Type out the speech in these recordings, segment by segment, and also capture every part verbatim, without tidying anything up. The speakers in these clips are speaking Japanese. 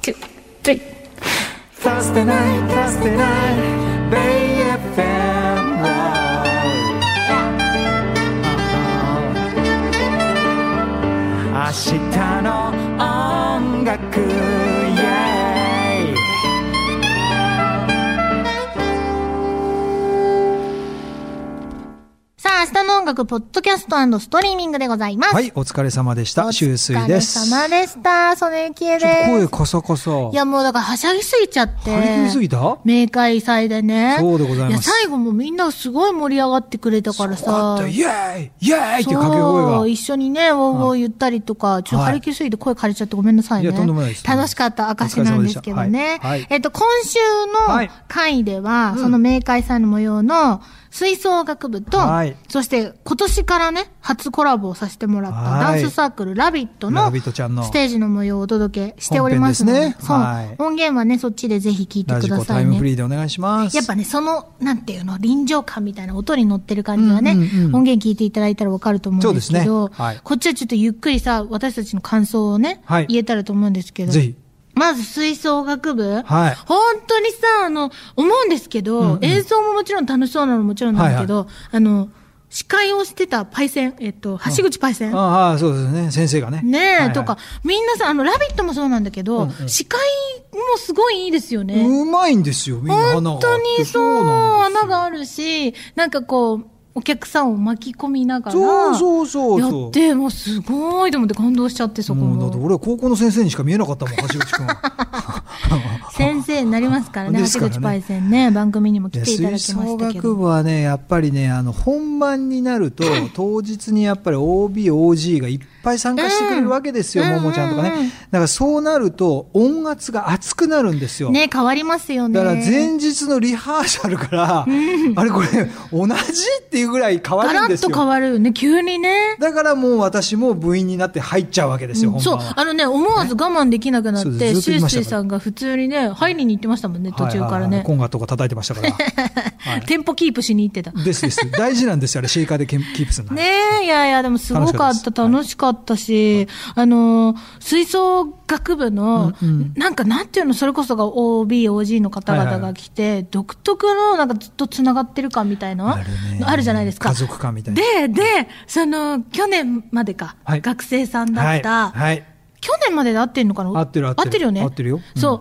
ツー、スリー。Thursday night, Thursday night, Bay エフエム。明日の音楽、イエーイ。 さあ、明日の音楽、ポッドキャスト&ストリーミングでございます。 はい、お疲れ様でした。秋水です。 お疲れ様でした。曽根幸恵です。 ちょっと声カサカサ。 いや、もうだからはしゃぎすぎちゃって。 張り切りすぎた？ 明快祭でね。 そうでございます。いや、 最後もみんなすごい盛り上がってくれたからさ。 イエーイイエーイっていう掛け声が。 そう、一緒にね、ウォーウォー言ったりとか、ちょっと張り切りすぎて声枯れちゃってごめんなさいね。 いや、とんでもないです。 楽しかった証なんですけどね。 はいはい、 えっと、今週の回では、はい、その明快祭の模様の、吹奏楽部と、はい、そして今年からね、初コラボをさせてもらったダンスサークルラビットのステージの模様をお届けしておりますので、ね、そう、はい、音源はね、そっちでぜひ聞いてくださいね。ラジコタイムフリーでお願いします。 やっぱね、その、なんていうの、臨場感みたいな音に乗ってる感じはね、うんうんうん、音源聞いていただいたらわかると思うんですけど、そうですね、はい、こっちはちょっとゆっくりさ、私たちの感想をね、はい、言えたらと思うんですけど、ぜひ。まず吹奏楽部、はい、本当にさ、あの、思うんですけど、うんうん、演奏ももちろん楽しそうなのももちろんなんだけど、はいはい、あの、司会をしてたパイセン、えっと、橋口パイセン。 ああ、そうですね、先生がね。 ねえ、はいはい、とか、みんなさ、あの、ラビットもそうなんだけど、うんうん、司会もすごいいいですよね。 うまいんですよ、みんな花があって。 本当にそう、花があるし、なんかこう、お客さんを巻き込みながらそうそうそうそうやってもうすごいと思って感動しちゃって、そこも。 だって俺は高校の先生にしか見えなかったもん、橋口くん先生になりますからね、橋口パイセンね、番組にも来ていただきましたけど。 吹奏楽部はね、やっぱりね、あの本番になると当日にやっぱり オービー、オージー がいっぱい参加してくれるわけですよ、うん、ももちゃんとかね。だからそうなると音圧が熱くなるんですよ。 ね、変わりますよね。 だから前日のリハーサルから、うん、あれこれ同じっていうぐらい変わるんですよ。 ガラッと変わるよね、急にね。 だからもう私も部員になって入っちゃうわけですよ、うん、 本番は。そう、あのね、思わず我慢できなくなって、シューシーさんが普通にね、入りに行ってましたもんね、途中からね。はいはいはい、 コンガとか叩いてましたから。 はい、テンポキープしに行ってた。 ですです。大事なんですよ、あれ、シェイカーでキープするの。 ねえ、いやいや、でもすごかった、楽しかったし、はい、あの、吹奏楽部の、うんうん、なんかなんていうの、それこそが オービー、オージー の方々が来て、はいはい、独特のなんかずっと繋がってる感みたいな、あるね、あるじゃないですか。 家族感みたいな。 で、で、その、去年までか、はい、学生さんだった、はいはい、去年までで合ってるのかな？ 合ってる合ってる。 合ってるよね。 合ってるよ。 うん、そう。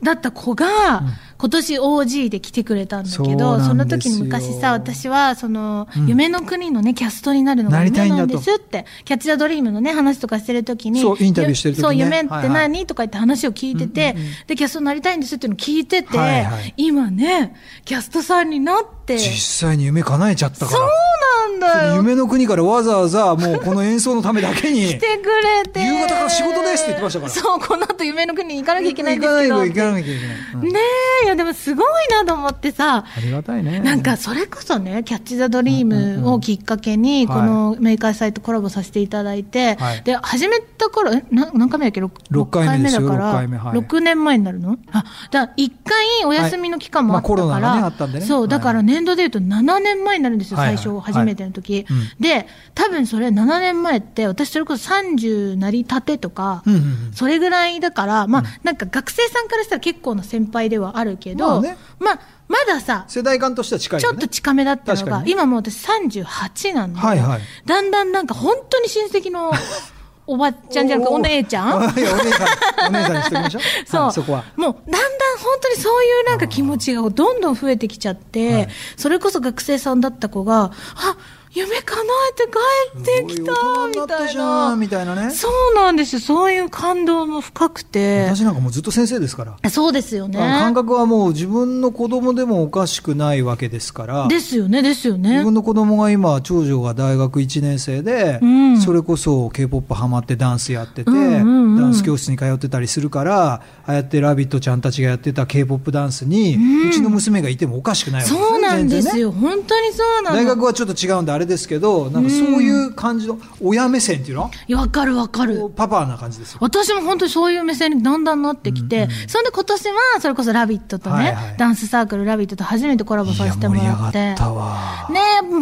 だった子が、うん、今年 オージー で来てくれたんだけど、 そ, その時に昔さ、私はその、うん、夢の国のねキャストになるのが夢なんですってキャッチ・ザ・ドリームのね話とかしてる時に、 そうインタビューしてる時に、ね、 そう夢って何、はいはい、とか言って話を聞いてて、うんうんうん、でキャストになりたいんですっていうのを聞いてて、はいはい、今ねキャストさんになって実際に夢叶えちゃったから。 そうなんだよ。 夢の国からわざわざもうこの演奏のためだけに来てくれて夕方から仕事ですって言ってましたから。 そう、この後夢の国に行かなきゃいけないんですけど、 行かなきゃいけない、うん、 ねえ、いやでもすごいなと思ってさ、 ありがたいね。 なんかそれこそね、キャッチ・ザ・ドリームをきっかけにこの明快祭とコラボさせていただいて、はい、で始めた頃えな何回目だっけ 6, ろっかいめだからろっかいめ、 はい、ろくねんまえになるの。あ、だからいっかいお休みの期間もあったから、はい、まあ、コロナがねあったんでね。そう、だから年度でいうとななねんまえになるんですよ、はい、最初初めての時、はいはい、で多分それななねんまえって私それこそさんじゅうなりたてとか、うんうんうん、それぐらいだから、まあ、うん、なんか学生さんからしたら結構な先輩ではあるけど、まあね、まあまださ世代間としては近いよね。 ちょっと近めだったのが、ね、今もう私さんじゅうはちなんで、はいはい、だんだんなんか本当に親戚のおばちゃんじゃなくてお姉ちゃんいやお姉さんお姉さんにしときましょうそう、はい、そこはもうだんだん本当にそういうなんか気持ちがどんどん増えてきちゃって、はい、それこそ学生さんだった子があ夢叶えて帰ってきたみたいなみたいなね。 そうなんですよ。そういう感動も深くて。 私なんかもうずっと先生ですから。 そうですよね。 感覚はもう自分の子供でもおかしくないわけですから。 ですよねですよね。 自分の子供が今長女が大学いちねん生で、うん、それこそ K-ポップ ハマってダンスやってて、うんうんうん、ダンス教室に通ってたりするから、ああやってラビットちゃんたちがやってた K-ポップ ダンスに、うん、うちの娘がいてもおかしくないわけですね。 そうなんですよ、ね、本当にそうなの。 大学はちょっと違うんであれですけど、なんかそういう感じの親目線っていうの、 いや、わかるわかる。 パパな感じですよ。 私も本当にそういう目線にだんだんなってきて、うんうん、そんで今年はそれこそラビットとね、はいはい、ダンスサークルラビットと初めてコラボさせてもらって、 いや盛り上がったわね、また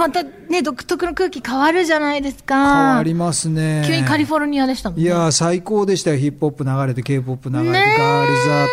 ね、独特の空気変わるじゃないですか。 変わりますね。 急にカリフォルニアでしたもんね。 いや最高でしたよ。ヒップホップ流れて K-ポップ 流れて、ガールズあって、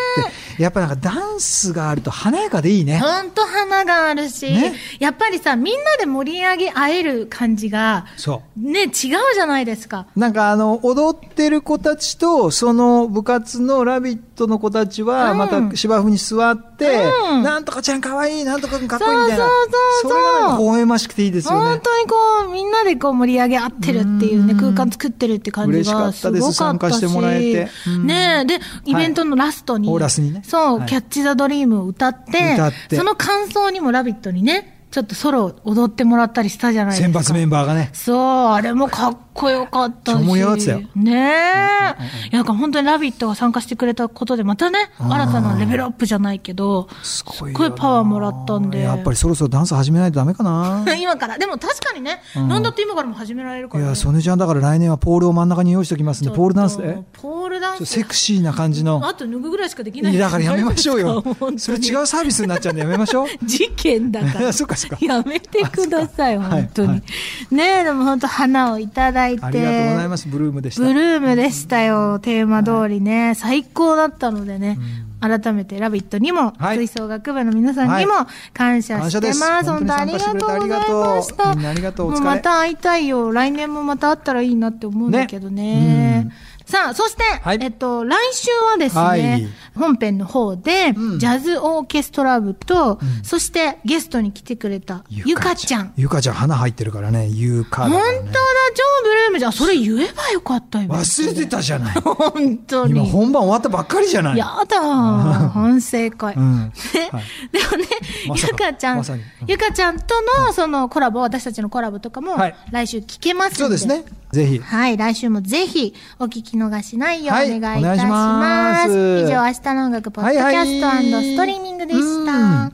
やっぱなんかダンスがあると華やかでいいね。 ほんと花があるし、ね、やっぱりさ、みんなで盛り上げ合える感じがそうね、違うじゃないですか。 なんかあの踊ってる子たちとその部活のラビットの子たちはまた芝生に座って、うん、なんとかちゃんかわいい、なんとかくんかっこいいみたいな、そうそうそうそう、それがなんか微笑ましくていいですよね。 本当にこうみんなでこう盛り上げ合ってるっていうね、空間作ってるって感じがすごかったし、嬉しかったです。参加してもらえて、ね、でイベントのラストに、はい、ラスにね、そう、はい、キャッチザドリームを歌って、歌ってその感想にもラビットにね、ちょっとソロ踊ってもらったりしたじゃないですか。 選抜メンバーがね。 そう、あれもかっこよかったし。 盛り上がってたよ。 ねえ。なんか本当にラビットが参加してくれたことで、またね、新たなレベルアップじゃないけど、すごいパワーもらったんで。 やっぱりそろそろダンス始めないとダメかな。 今から。でも確かにね、うん、なんだって今からも始められるからね。 いや、曽根ちゃんだから来年はポールを真ん中に用意しておきますんで、ポールダンスで。 ポールダンスセクシーな感じの。 あと脱ぐぐらいしかできない。 だからやめましょうよ。それ違うサービスになっちゃうんでやめましょう。 事件だから。 そっかそっか。 やめてください、本当に。はいはい、ねえ、でも本当花をいただいて。 ありがとうございます。ブルームでした。 ブルームでしたよ。テーマ通りね、はい、最高だったのでね、うん、改めてラビットにも、はい、吹奏楽部の皆さんにも感謝してます。はい、本当ありがとうございました。 みんなありがとう。お疲れ。 また会いたいよ。来年もまた会ったらいいなって思うんだけどね。ね、さあ、そして、はい、えっと、来週はですね、はい、本編の方で、うん、ジャズオーケストラ部と、うん、そしてゲストに来てくれたゆかちゃん。 ゆかちゃん、花入ってるからね、ゆかだからね。 本当だ、超ブルームじゃん。それ言えばよかったよ。 忘れてたじゃない。 本当に。 今本番終わったばっかりじゃない。 やだー。反省会。うん、ね、はい、でもね、ま、ゆかちゃん、まうん、ゆかちゃんとのそのコラボ、私たちのコラボとかも、来週聞けますので、 そうですね。ぜひ。 はい、来週もぜひお聞き逃しないようお願いいたします。はい、お願いします。以上、明日の音楽ポッドキャスト&ストリーミングでした。明海大学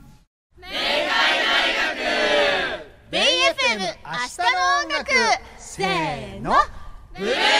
ベイ エフエム 明日の音楽せーのブルー